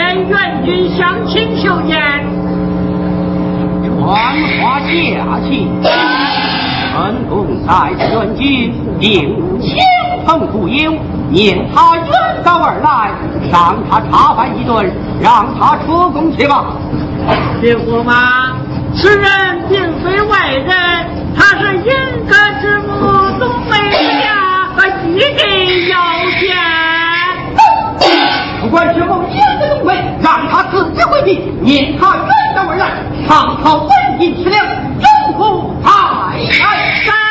见元军相亲求见。 传话下去，本宫在此元军并无亲朋故友，念他远道而来，让他茶饭一顿，让他出宫去吧。 别驸马，此人并非外人，他是银阁之母董美家和一人要见。 不管是否银阁董美，让他自己回避，念他远道而来，上讨本银吃粮，政府太太杀。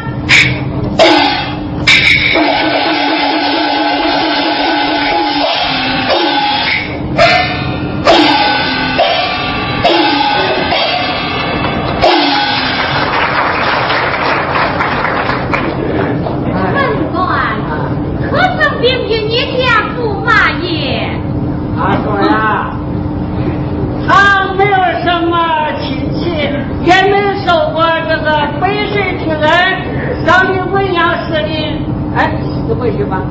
回去吧。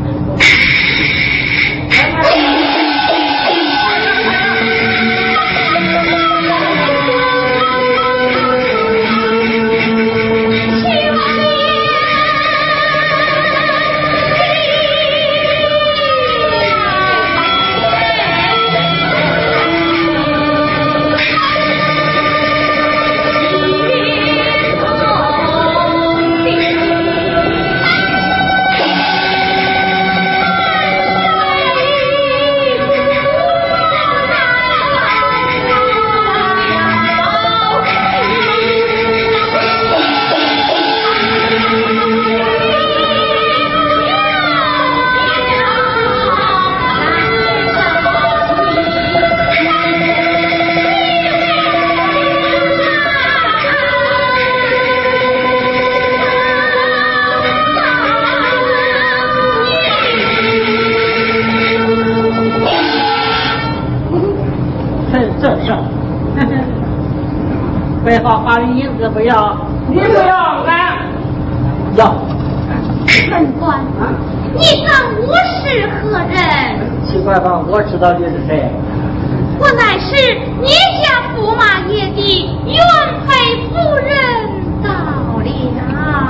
废话，把你银子不要，你不要俺要。 本官啊，你当我是何人？ 奇怪吧，我知道你是谁。 我乃是你家驸马爷的原配夫人到了。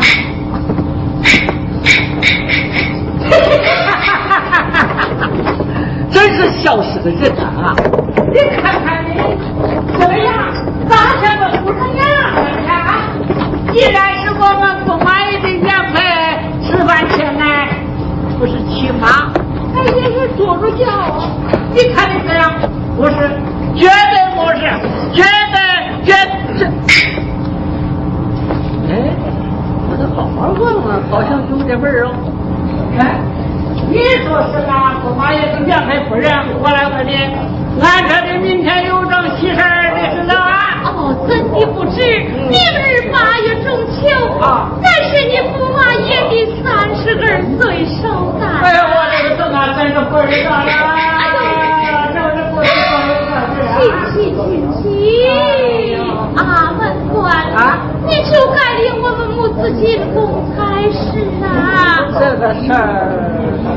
真是笑死个人啊！你看看你这个样，咋像个不成样啊？既然是我们驸马爷的原配，吃饭前呢不是骑马，那也是坐着轿啊。你看你这样，不是，绝对不是，绝对。哎，我得好好问问，好像有点味儿哦。哎。你说是俺驸马爷的原配夫人，我来问你，俺这里明天有桩喜事儿，你知道啊？ 哦，怎的不知？明日8月中秋啊，乃是你驸马爷的32岁寿诞。 哎呀，我这个怎么真是不知道了？这不知道请啊，文官啊，你就该领我们母子进宫才是啊。 这个事儿。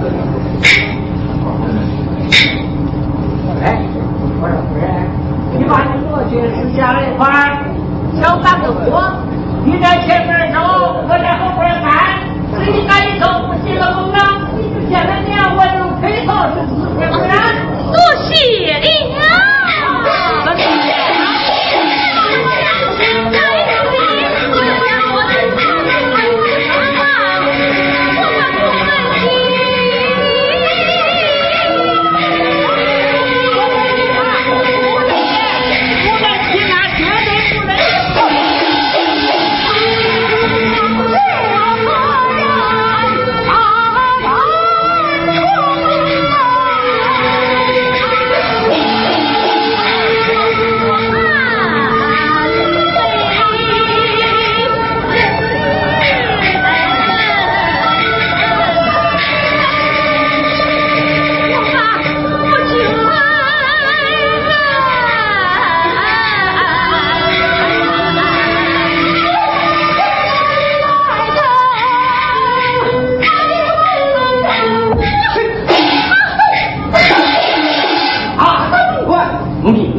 哎，我说夫人，你把你过去是下来一块儿，小半个火，你在前面走，我在后边看，是你赶一头不进了宫呢，你就现在你我就配套是不是？ 多谢了。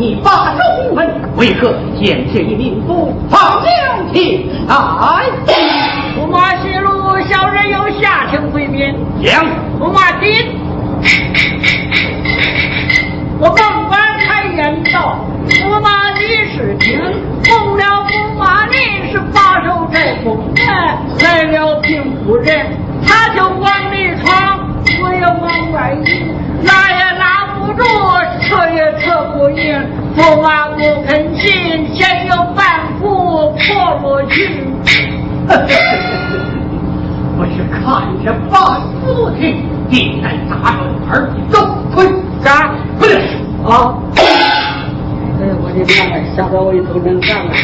你把守公门，为何将这一民妇放了起来？ 驸马息怒，小人有下情回禀。 讲， 驸马丁，我本官才言道，驸马李世清奉了驸马令是把守这宫门，来了平夫人，他就往里闯，我也往外引，拉也拉不住，扯也扯不赢，驸马不肯信，先有半步破落去。 我是看着把死听，定来打断二弟狗腿， 啥？ 不是啊！哎呀，我的妈呀，吓得我一头冷汗啊！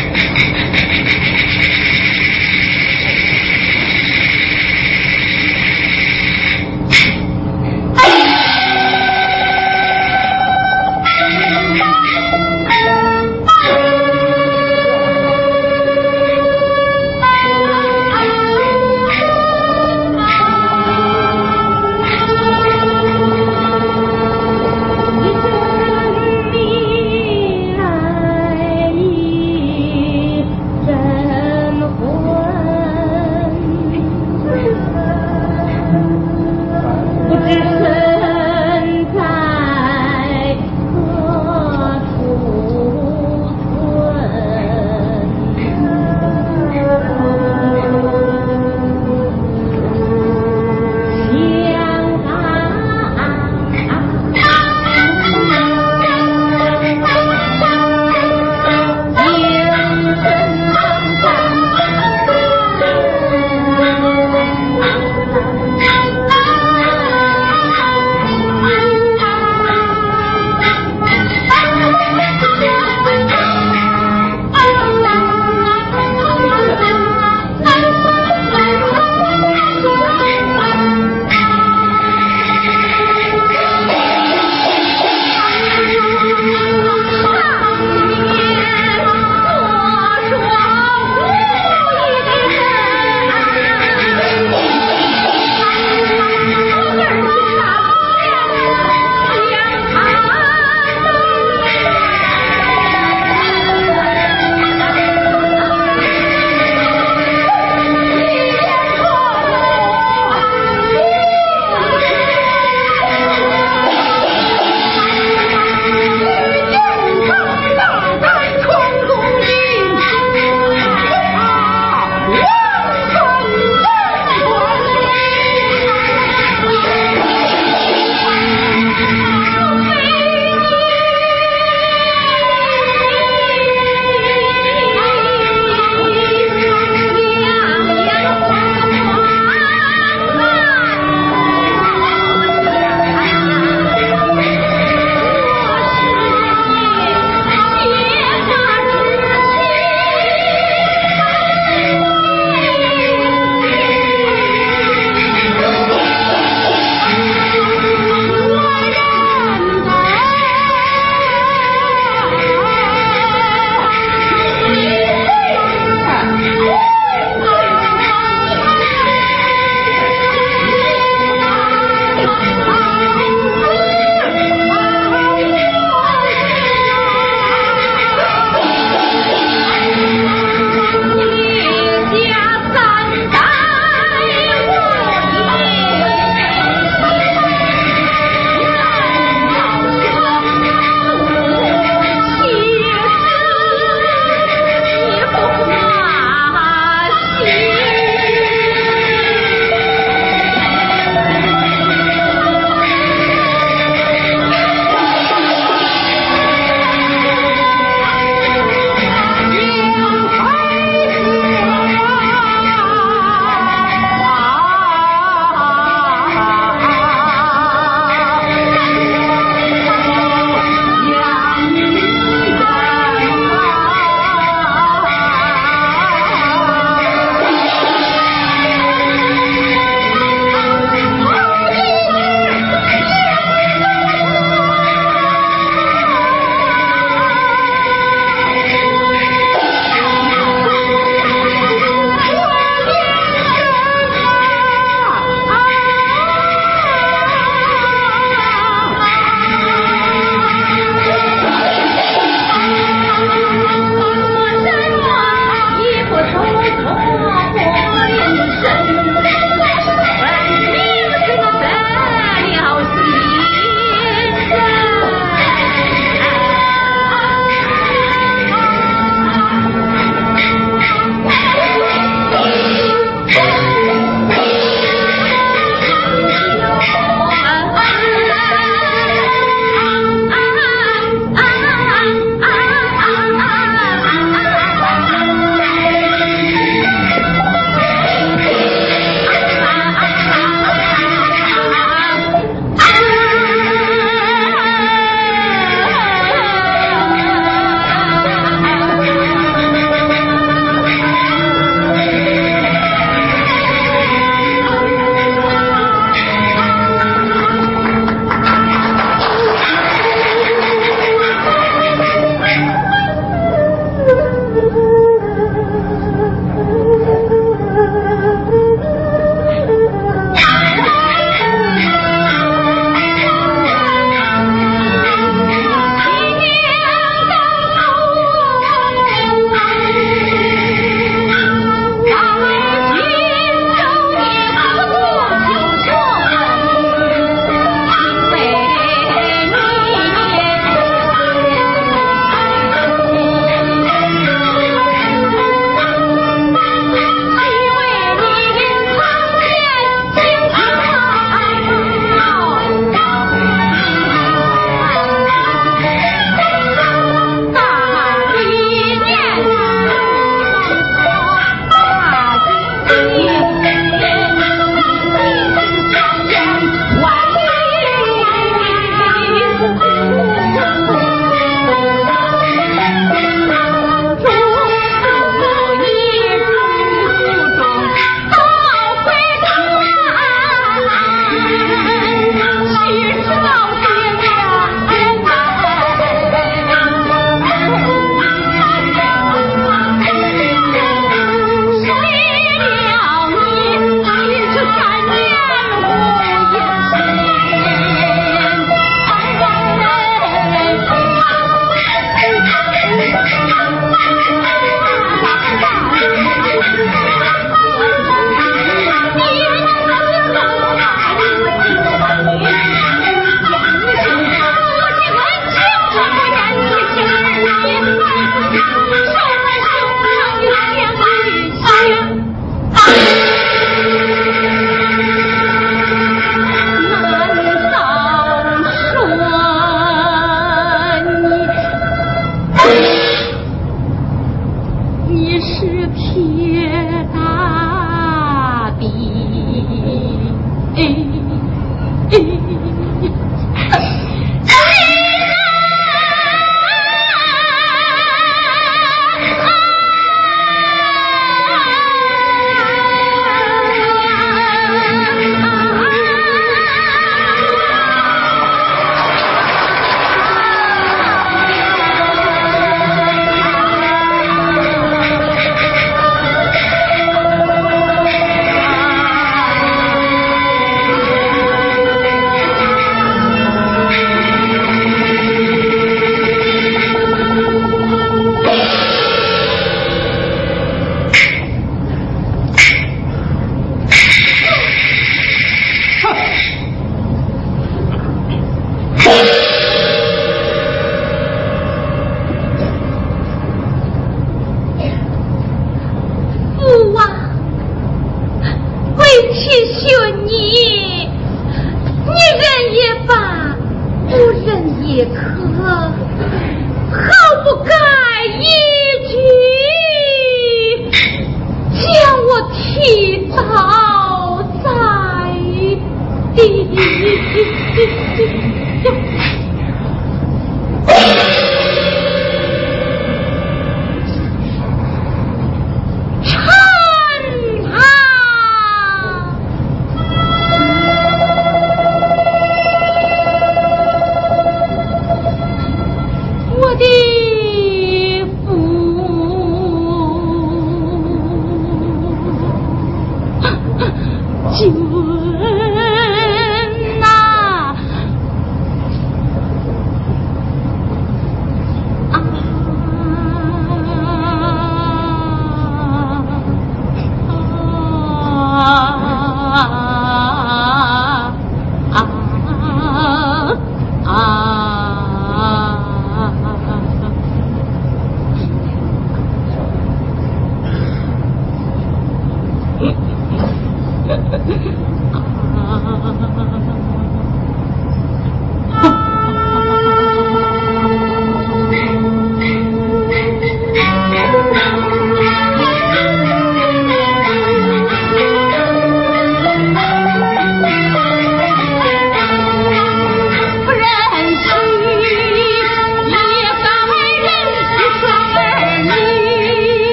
好不该一句将我踢倒在地。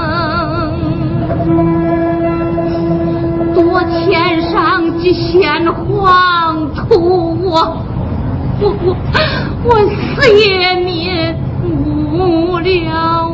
多天上的鲜黄土，我死也灭不了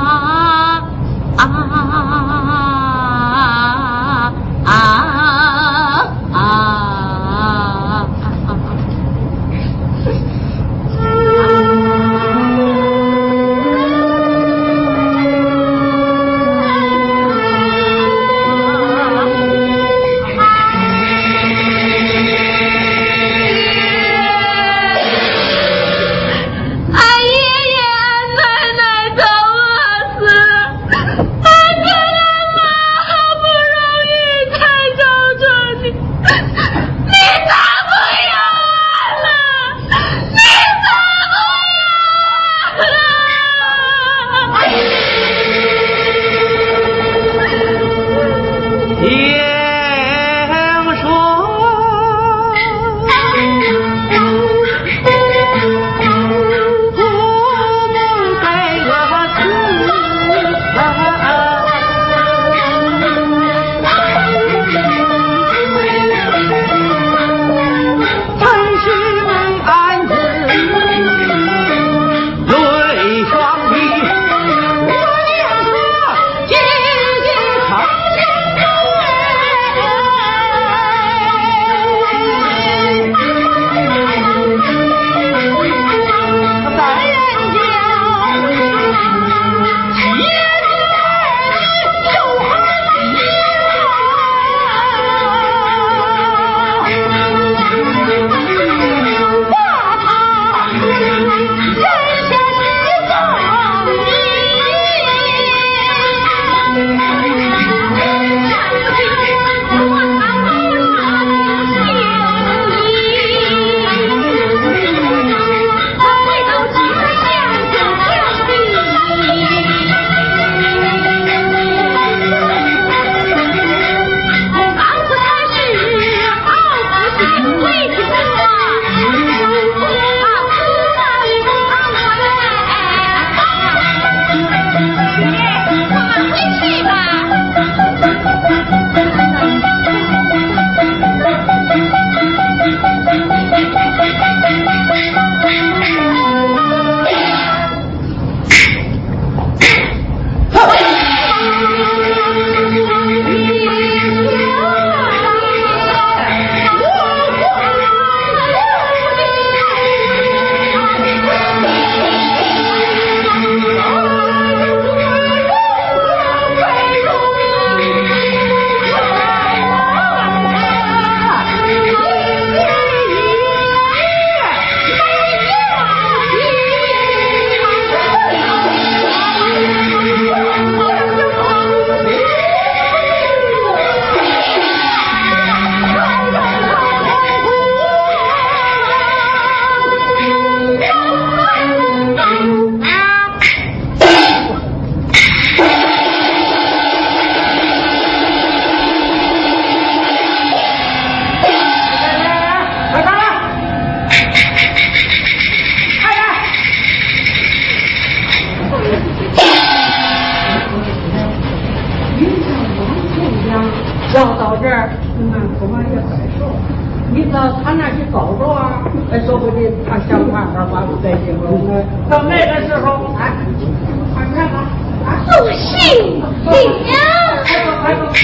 要到这儿，恐怕也白受。你到他那去搞着啊，说不定他想办法把我带进宫。到那个时候，看看吧， 不行， 快走！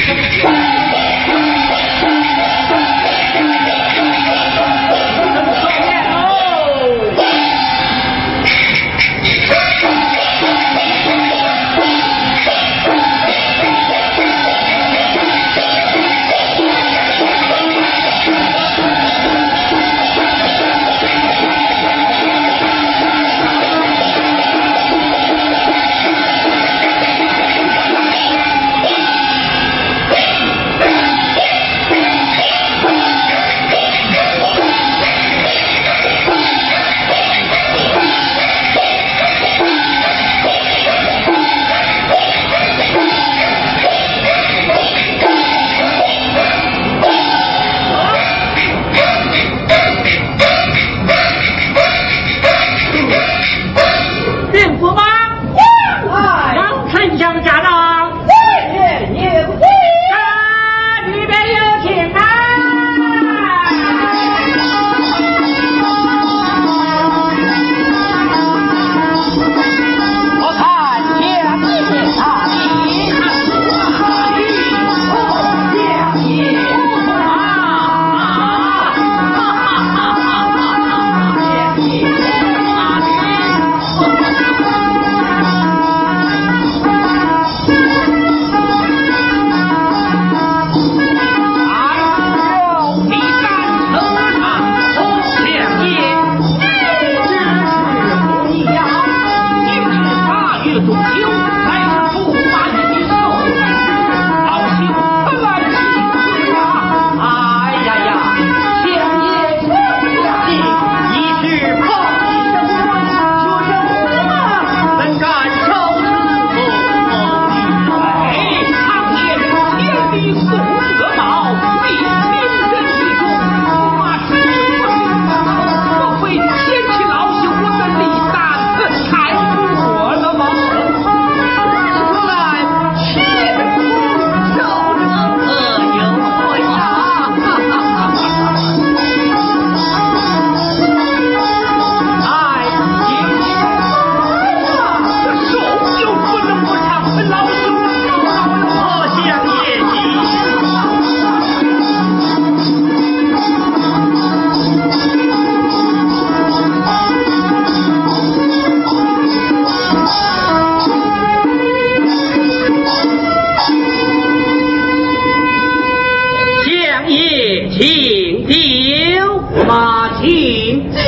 马请酒。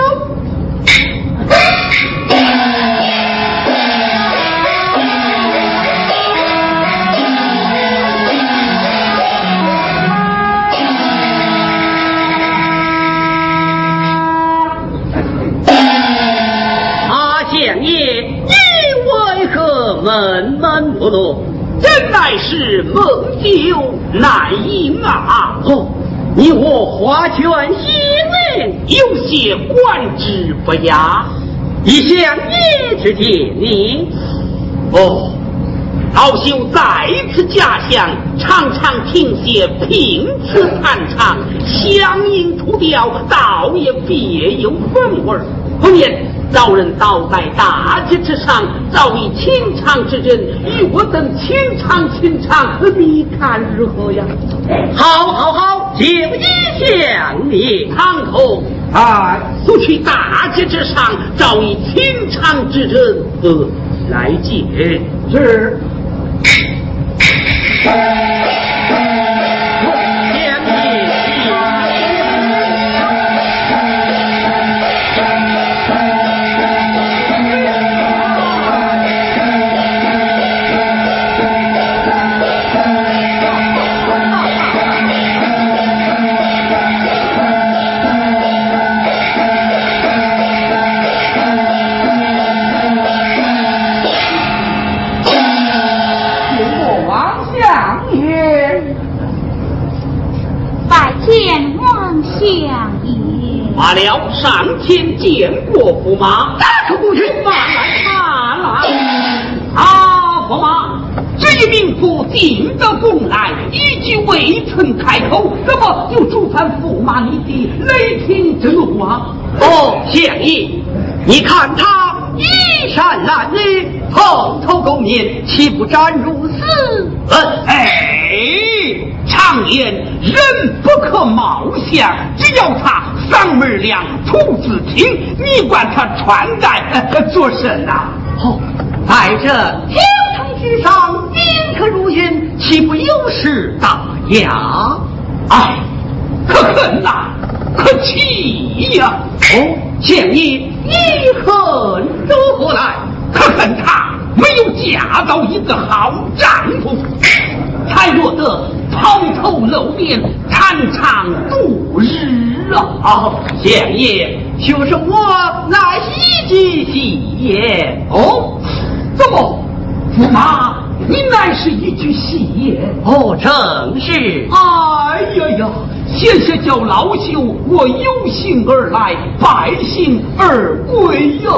闷闷不乐，真乃是梦酒难饮啊！哦，你我花拳新人有些观之不雅，一向也之见你。哦，老朽在此家乡常常听些平词弹唱，乡音出调，倒也别有风味。不念老人倒在大街之上，早已清唱之人，与我等清唱，你看如何呀？好，就一向你堂口速去大街之上，早已清唱之人来见。是。罢了，上前见过驸马， 大口不去， 马来看来。驸马，这一名妇进得宫来，一句未曾开口，怎么就触犯驸马你的雷霆之怒啊？相爷，你看他衣衫褴褛，蓬头垢面，岂不沾如丝？常言人不可貌相，只要他嗓门亮，吐字清，你管他穿戴做甚啊？在这天堂之上，宾客如云，岂不有失大雅？可恨呐，可气呀！相爷，你恨如何来？可恨他没有嫁到一个好丈夫，才落得抛头露面，弹唱度日啊！相爷，就是我乃一句戏言。怎么，驸马，你乃是一句戏言？正是。谢叫老朽我有幸而来，败兴而归呀！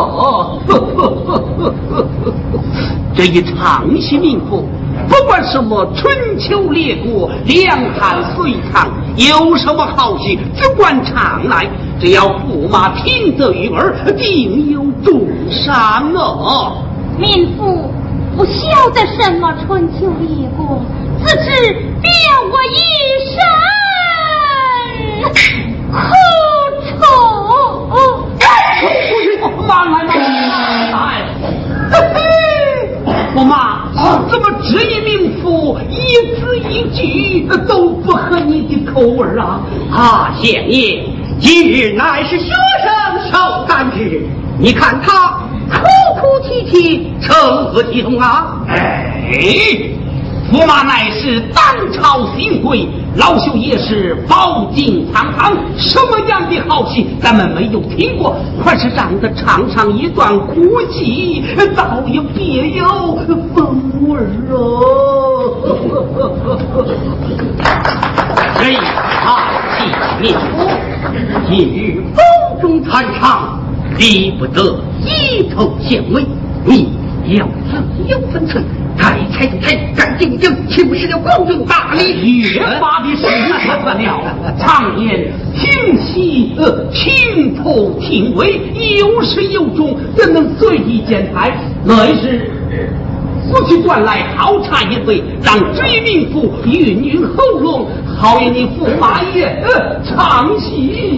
这一唱戏名妇，不管什么春秋列国、两汉隋唐，有什么好戏，只管唱来，只要驸马听得于耳，定有重赏啊！ 民妇不晓得什么春秋列国，自知别我一生苦楚。来！驸马，怎么这一名妇一字一句都不合你的口味啊？相爷，今日乃是学生受担之，你看他哭哭啼啼，成何体统啊？驸马乃是当朝新贵，老朽也是饱经苍苍，什么样的好戏咱们没有听过，快是让他唱上一段哭戏，倒也别有风味谁好戏灭火，今日风中弹唱，离不得一头相尾，你要自有分寸，该猜就猜，该敬就敬，岂不是了光宗大礼？越发的是不了。常言听戏听头听尾，有始有终，怎能随意见台？那是我去端来好茶一杯，让这一名妇韵韵喉咙，好让你驸马爷唱戏。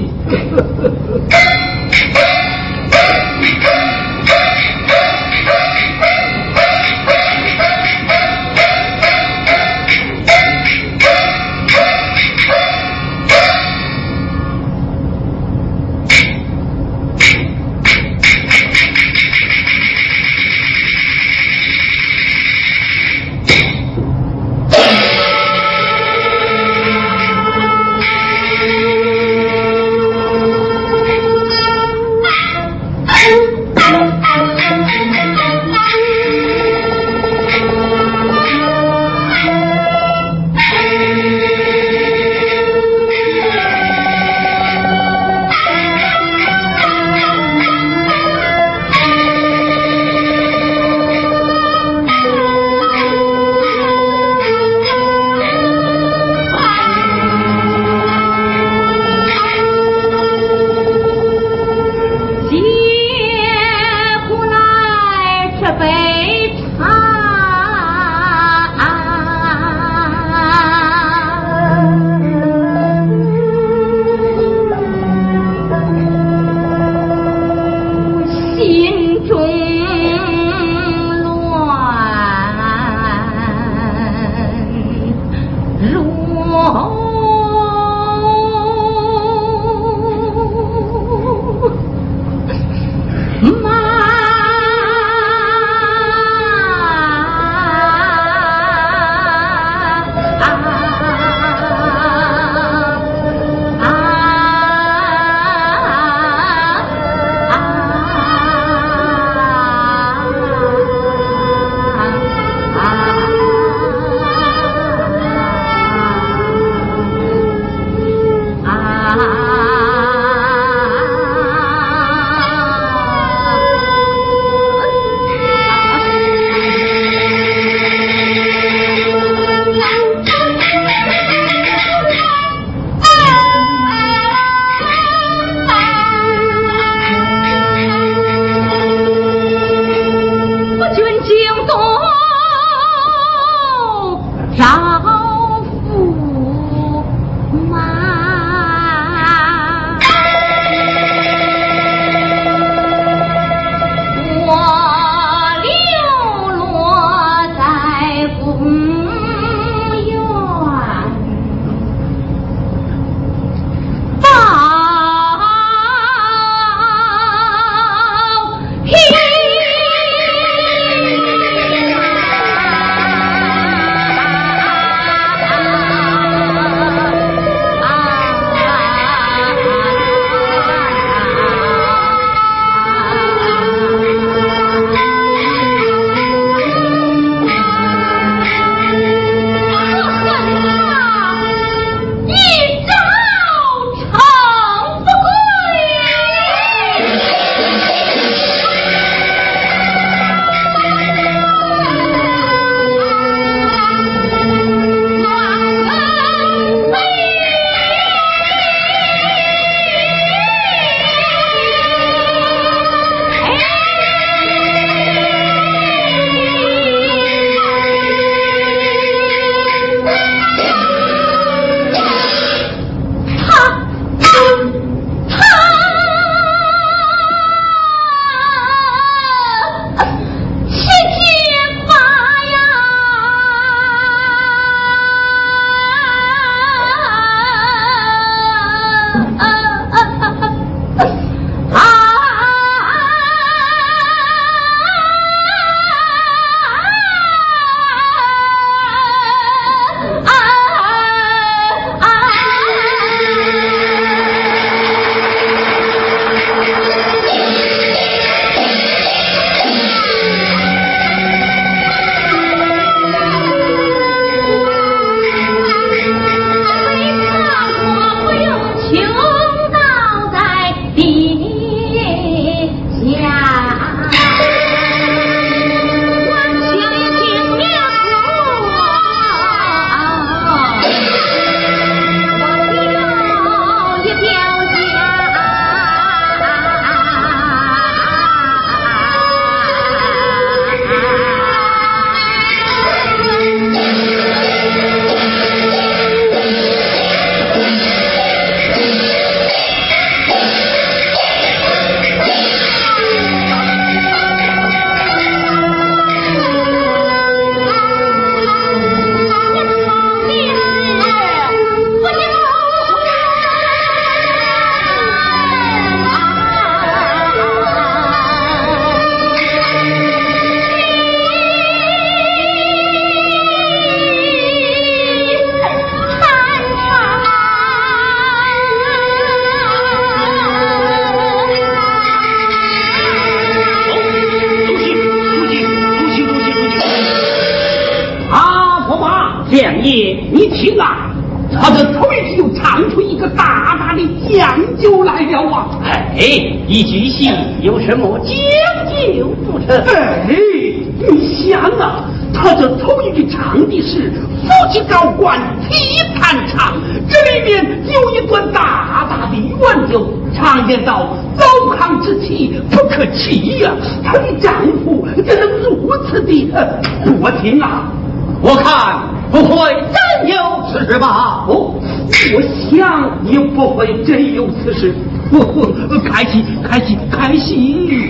相爷，你听啊，他这头一句就唱出一个大大的讲究来了啊！ 哎，一句戏有什么讲究不成？ 哎，你想啊，他这头一句唱的是夫妻高官体坛唱，这里面有一段大大的缘由，常言道糟糠之妻不可欺呀、她的丈夫怎能如此的多情啊？ 我看不会真有此事吧？ 哦，我想也不会真有此事。开戏，开戏，开戏！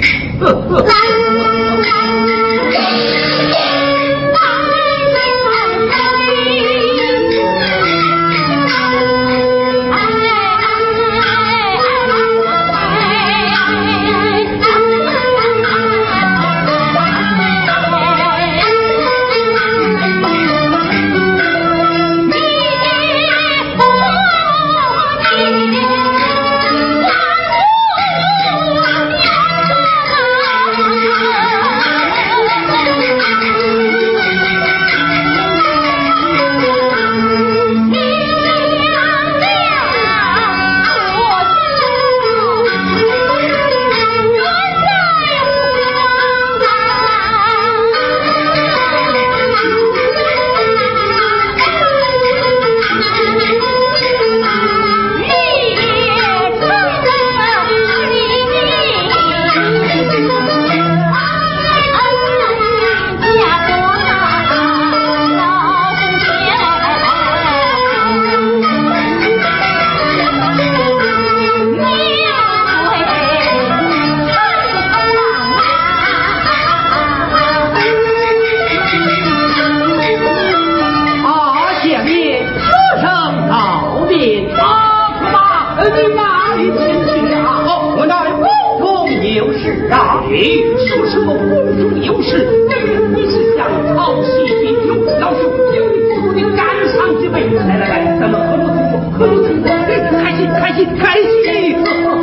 说什么公主有事？你是想抄袭饮酒？老兄，有你不如你干上几杯。来来来，咱们喝着吐，喝着吐，开心开心开心！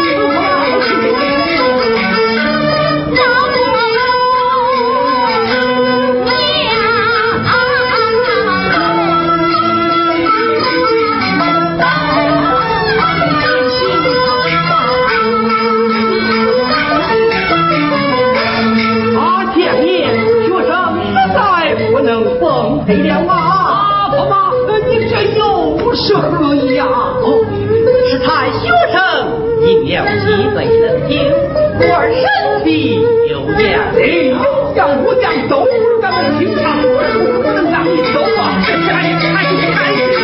赔了啊！ 婆妈，你这又是何意呀？ 是太学生饮了几杯冷酒，故而身体有恙。 有恙无恙都不如咱们平常，不能让你走啊！开心开心！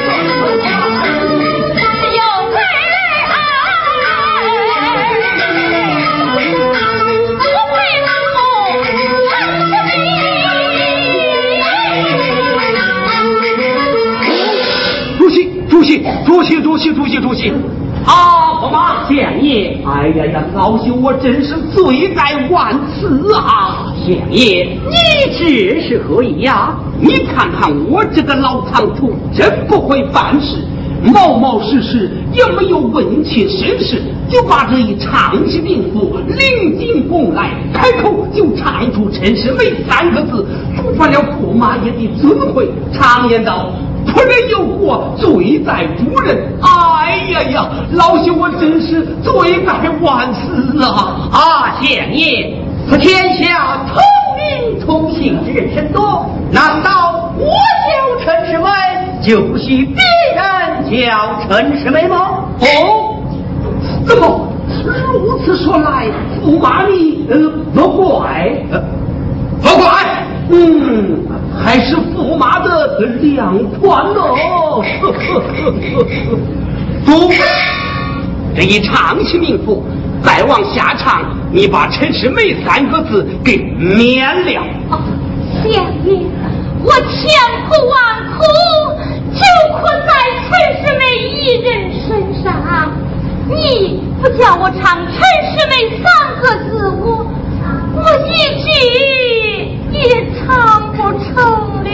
主席！啊，婆妈，相爷！哎呀呀，老兄，我真是罪该万死啊！ 相爷，你这是何意呀？ 你看看我这个老仓主，真不会办事，冒冒失失，也没有问切身世，就把这一唱戏病妇领进宫来，开口就唱出陈世美三个字，触犯了驸马爷的尊讳。常言道， 仆人有过，罪在主人。哎呀呀，老兄我真是罪该万死啊！ 啊，相爷，这天下同名同姓之人甚多，难道我叫陈世美，就许别人叫陈世美吗？ 哦，怎么如此说来，驸马你不怪，还是驸马的两宽哦。 不，这一唱起名谱，再往下唱，你把陈世美3个字给免了。 相爷，我千苦万苦，就困在陈世美一人身上。你不叫我唱陈世美3个字，我一句也唱不成了。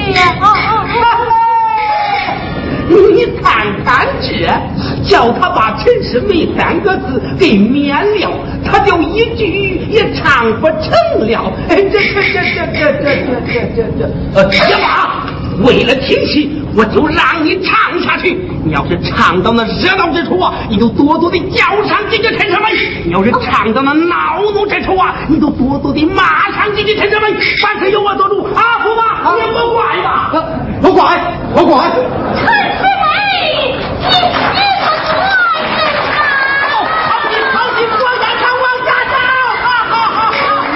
你看看这，叫他把陈世美3个字给免了，他就一句也唱不成了。行吧，为了听戏，我就让你唱下去。你要是唱到那热闹之处啊，你就多多的叫上几句陈世美；你要是唱到那恼怒之处啊，你就多多的骂上几句陈世美。凡事有我做主啊，驸马，你不怪吧？不怪。 陈世美，你不怪人啊！ 好心往下唱，往下唱！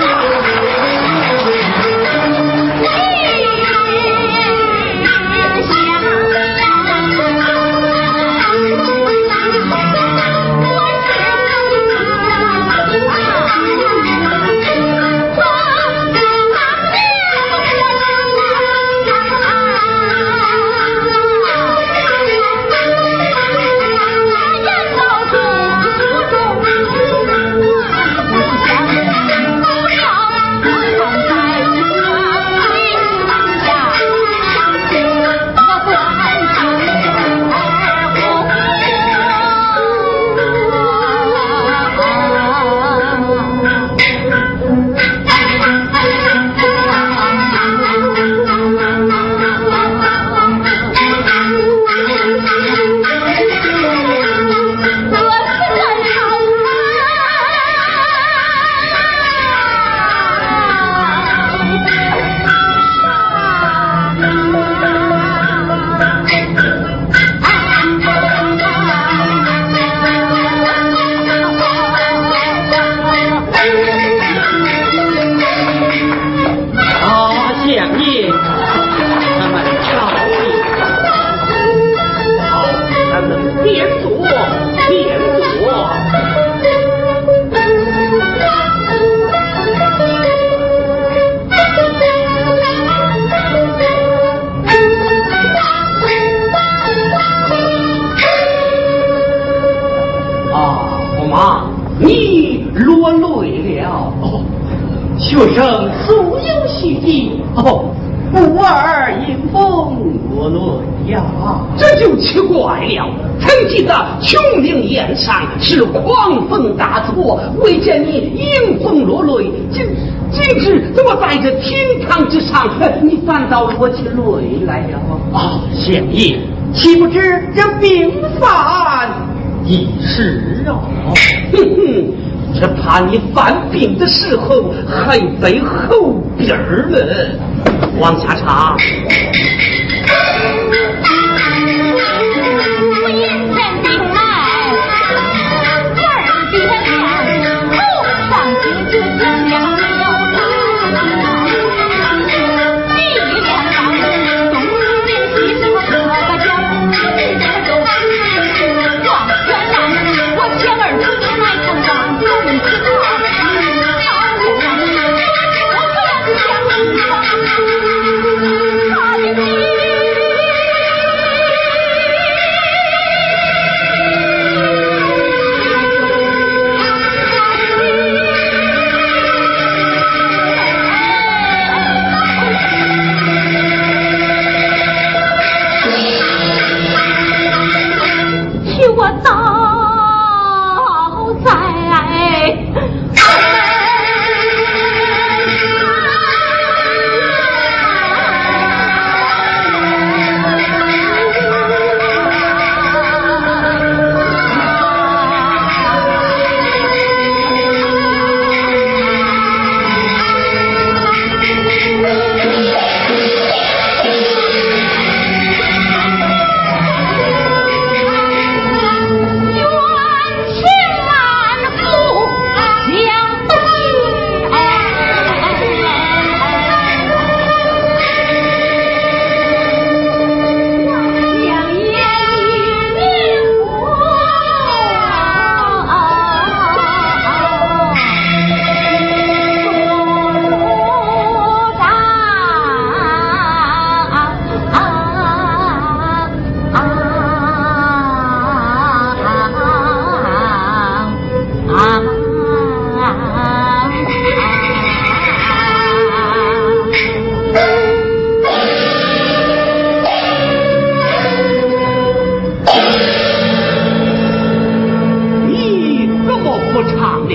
学生素有习题，不儿迎风落泪呀， 这就奇怪了。曾记得琼陵宴上是狂风大作，未见你迎风落泪，今日怎么在这厅堂之上，你反倒落起泪来了？ 啊，相爷，岂不知这兵犯已逝啊？ 哼哼，只怕你犯病的时候还在后边儿呢。往下唱。 他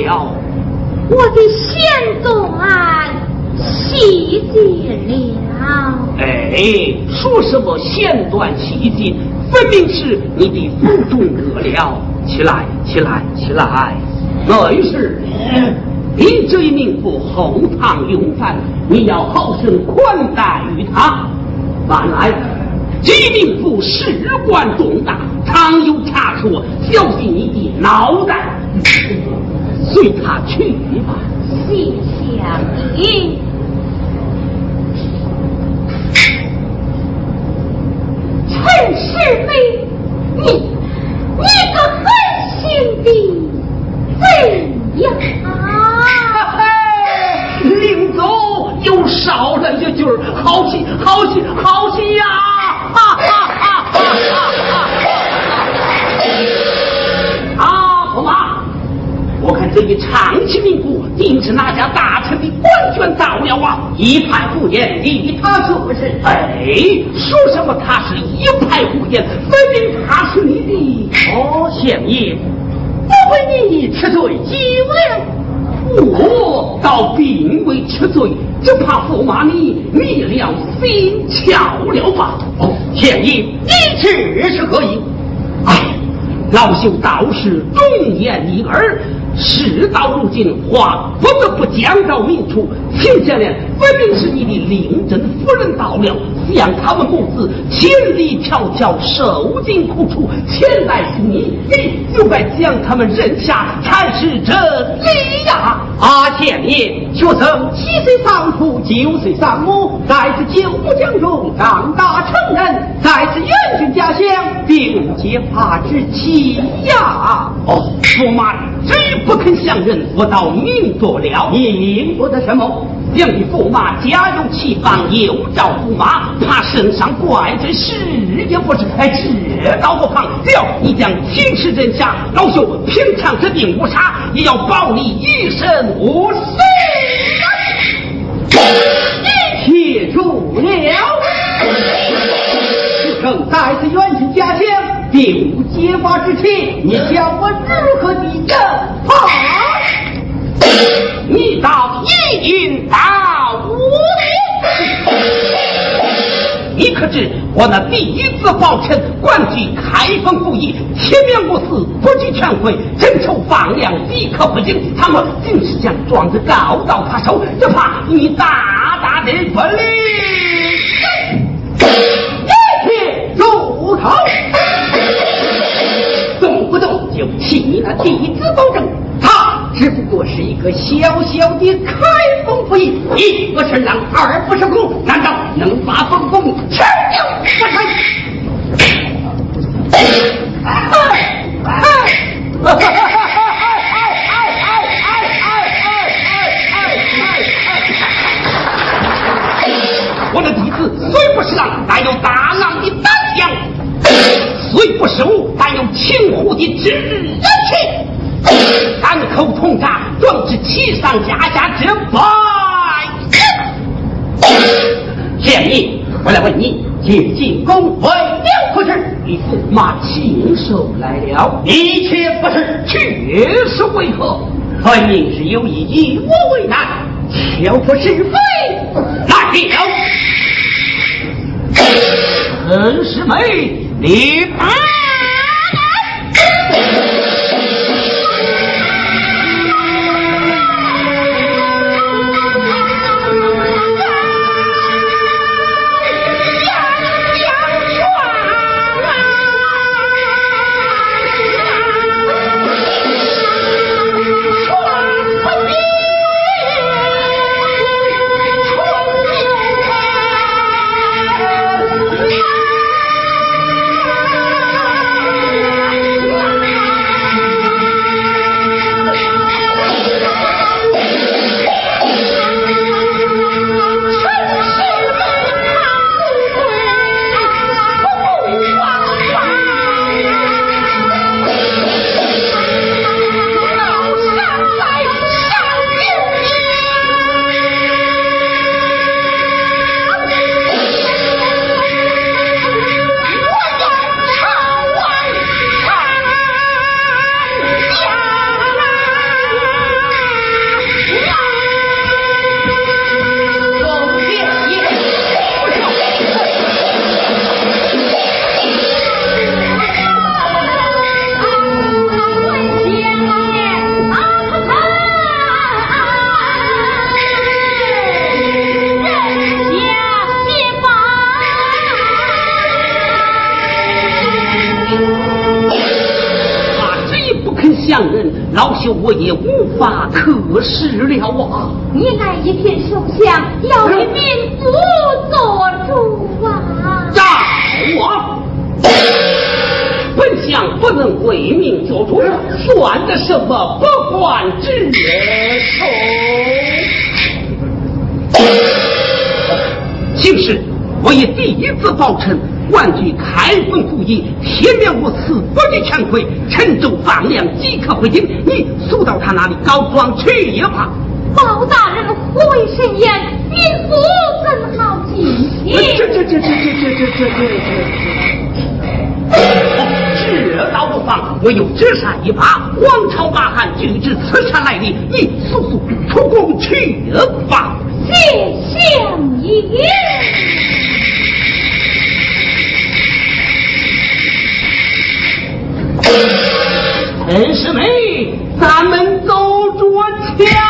了？ 我的贤宗啊，细节了。 哎，说什么弦断气节，分明是你的腹中饿了。起来，起来，起来！那是你这一名妇后堂用饭，你要好生宽待于他。慢来，这名妇事关重大，常有差错，小心你的脑袋。随他去吧。 谢相爷。陈世美，你个狠心的怎样啊？ 领走又少了一句儿，好戏，好戏，好戏呀！哈哈哈哈哈！啊，驸马，我看这一长期民妇定是哪家大臣的官权到了啊！一派胡言，理他是不是？哎，说什么他是一派胡言，分明他是你的相爷，我为你吃罪久了。我倒并未吃罪，只怕驸马你灭了心窍了吧？哦，相爷，你吃是可以。哎，老朽道是忠言逆耳，事到如今，话不得不讲到明处。秦县令分明是你的令珍夫人到了，向他们母子千里迢迢受尽苦楚，前来是你就该将他们认下，才是真理呀！阿相爷，学生7岁丧父，9岁丧母，在此9部江中长大成人，在此远郡家乡，并无结发之期呀！哦，驸马只不肯相认，我倒明白了。你明白的什么？两地驸马家有妻房，有照驸马，怕身上怪罪，是也不是。哎，这倒不妨。只要你将秦氏认下，老朽平常之病无杀，也要保你一生无死。记住了，书生在此远去家乡，并无结发之期，你叫我如何抵证？你到一应到我，你可知我那第一次报臣，官居开封府尹，前面无私，不拘权贵，征收放粮，必可不行。他们竟是将状子告到他手，只怕你大大的不利。一切入口，动不动就起你那弟子保证。只不过是一个小小的开封府尹，一不是让，二不是空，难道能把本宫吃掉不成？我的弟子虽不是狼，但有大狼的胆量；虽不是武，但有青虎的志气。三口通杀，壮志七上加下之败。相爷，我来问你，借进宫为了何事？你驸马亲手来了，一切不是，却是为何？分明是有意以我为难，挑拨是非。来了，陈世美，你老朽我也无法可施了啊！ 你乃一品首相，要为民族做主啊！ 战我！本相不能为民做主，算得什么不管之仇？其实我也第一次报称，万据开封府尹，天亮我死不的权贵，陈州放粮即刻回京，你速到他那里告状去吧。 包大人护卫森严，民府怎好进行？ 这倒不妨，我有折扇一把，王朝大汉据知此山来历，你速速出宫去吧。 谢相爷。 陈师妹，咱们走着瞧。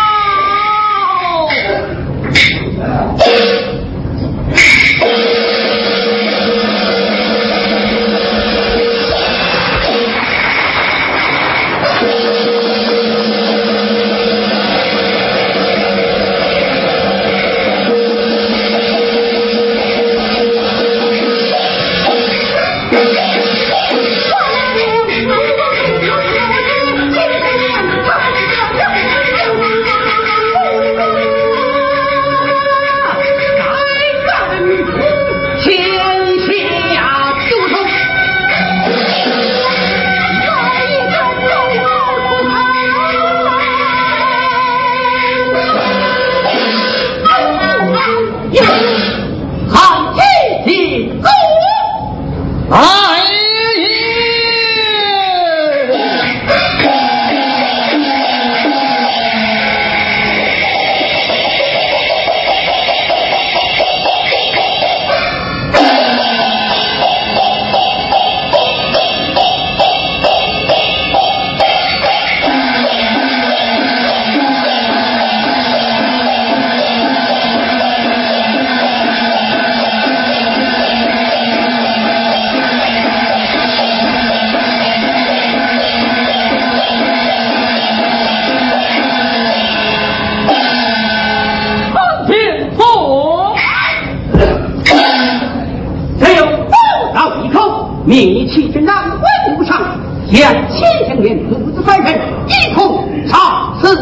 命齐军长文武上将千相连父子三人一同杀死。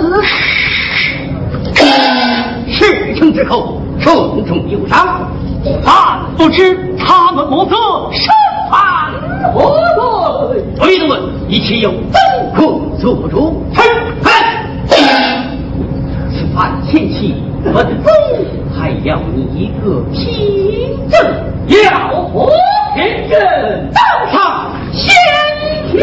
事成之后，重重有赏。但不知他们谋责身犯何罪？回问一切有本可做主。臣此番前期文宗还要你一个凭证，要何凭证？当上先题。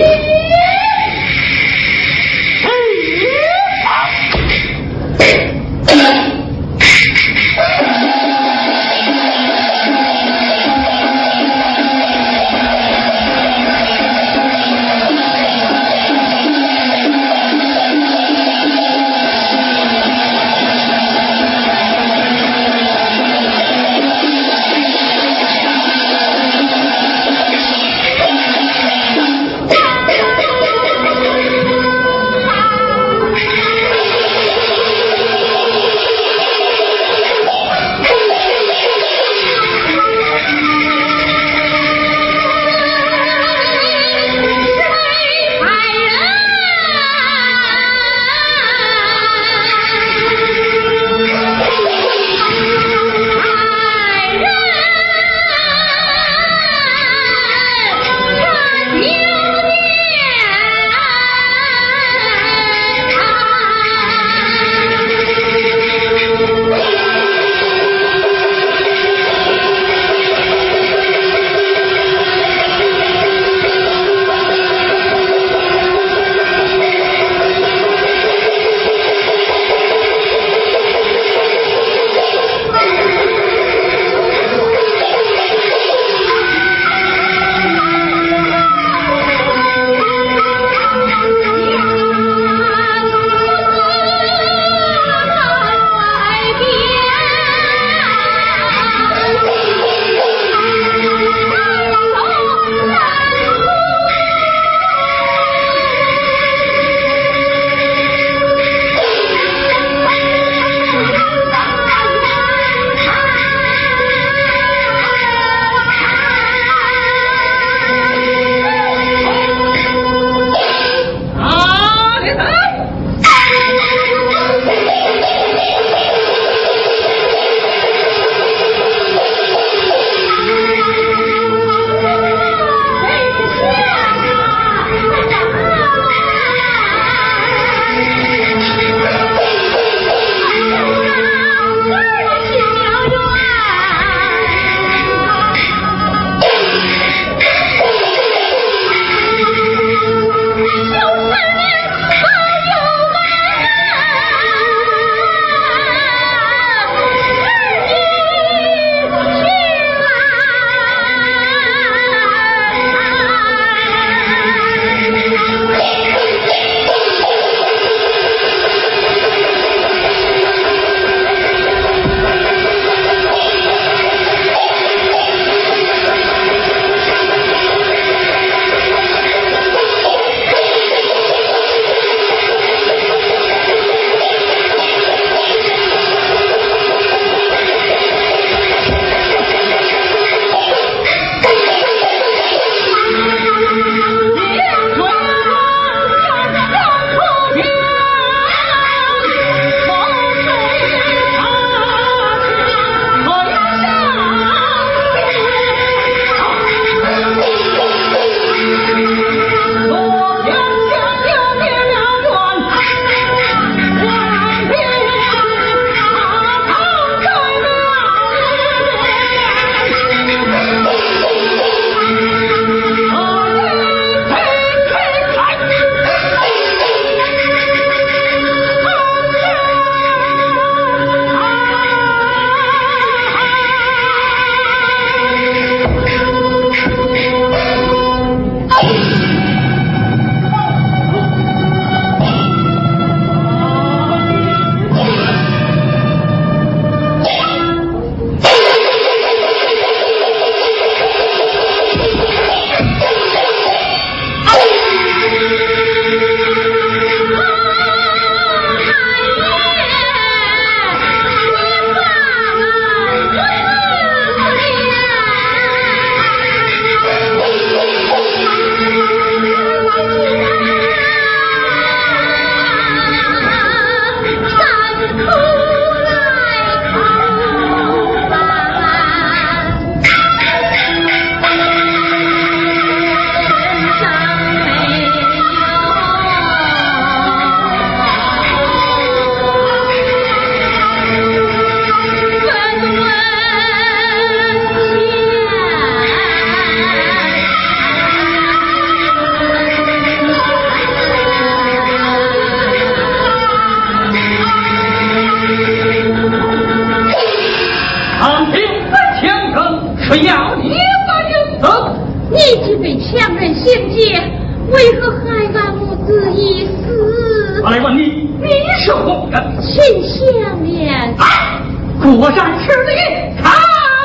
你是红人， 请下面。 果然吃了一看。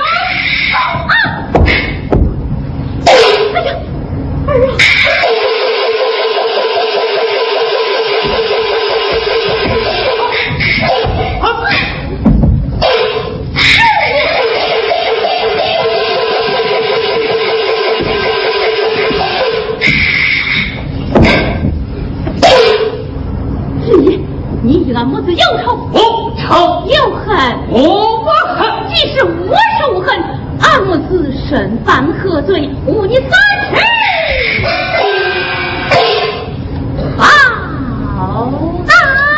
哎呀，儿啊！你与俺母子有仇， 无仇有恨， 无恨。 即使我受恨，俺母子身犯何罪，无你三尺好大。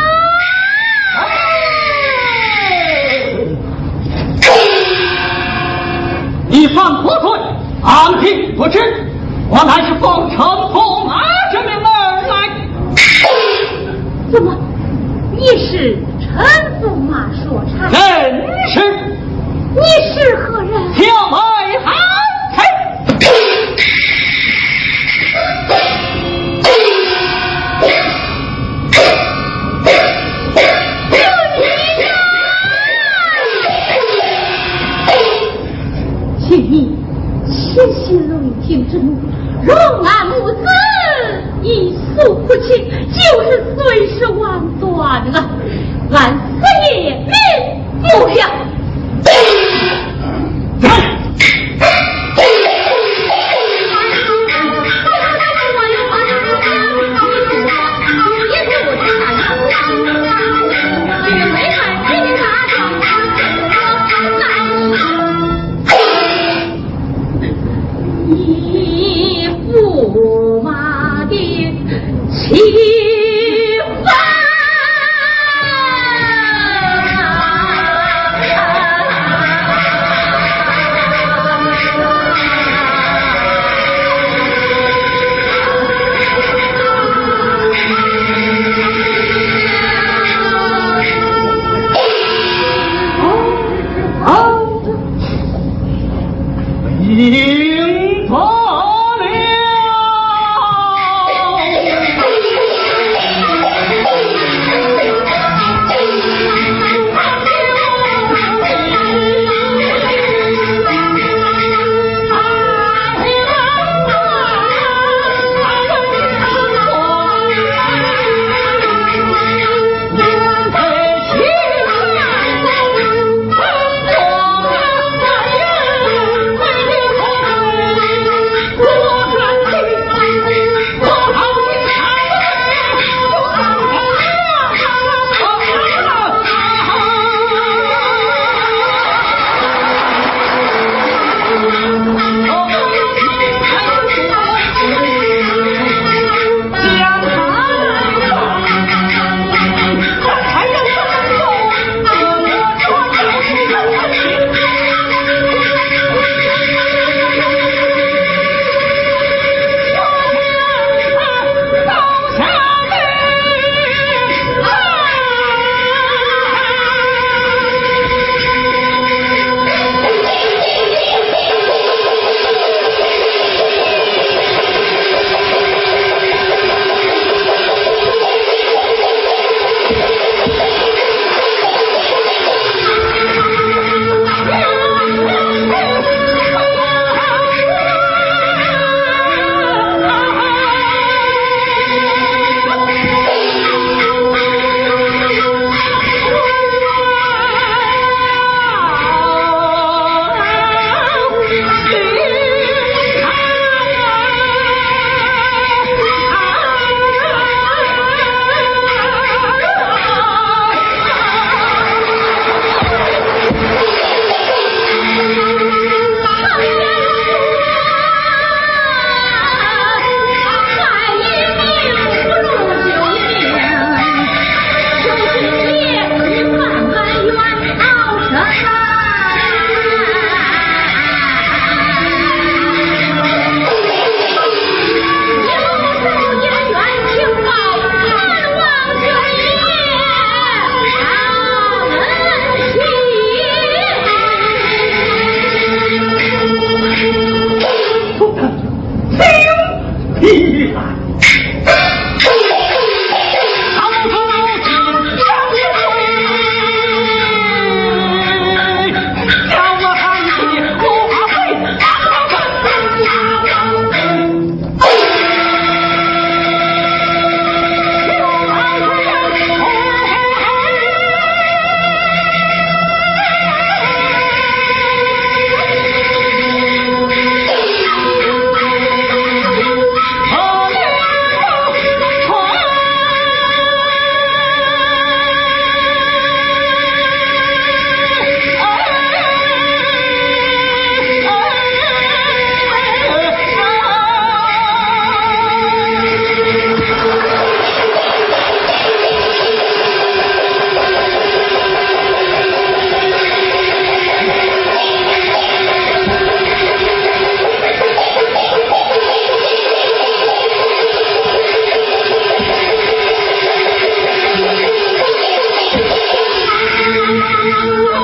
你犯何罪？俺并不知，我乃是奉承驸马之命而来。 怎么？你是陈驸马所差？ 真是。 你是何人？ 小妹韩佩。 请你歇息雷霆之怒，容俺母子一诉不清，就是碎尸万段了。俺死也免不了。 啊！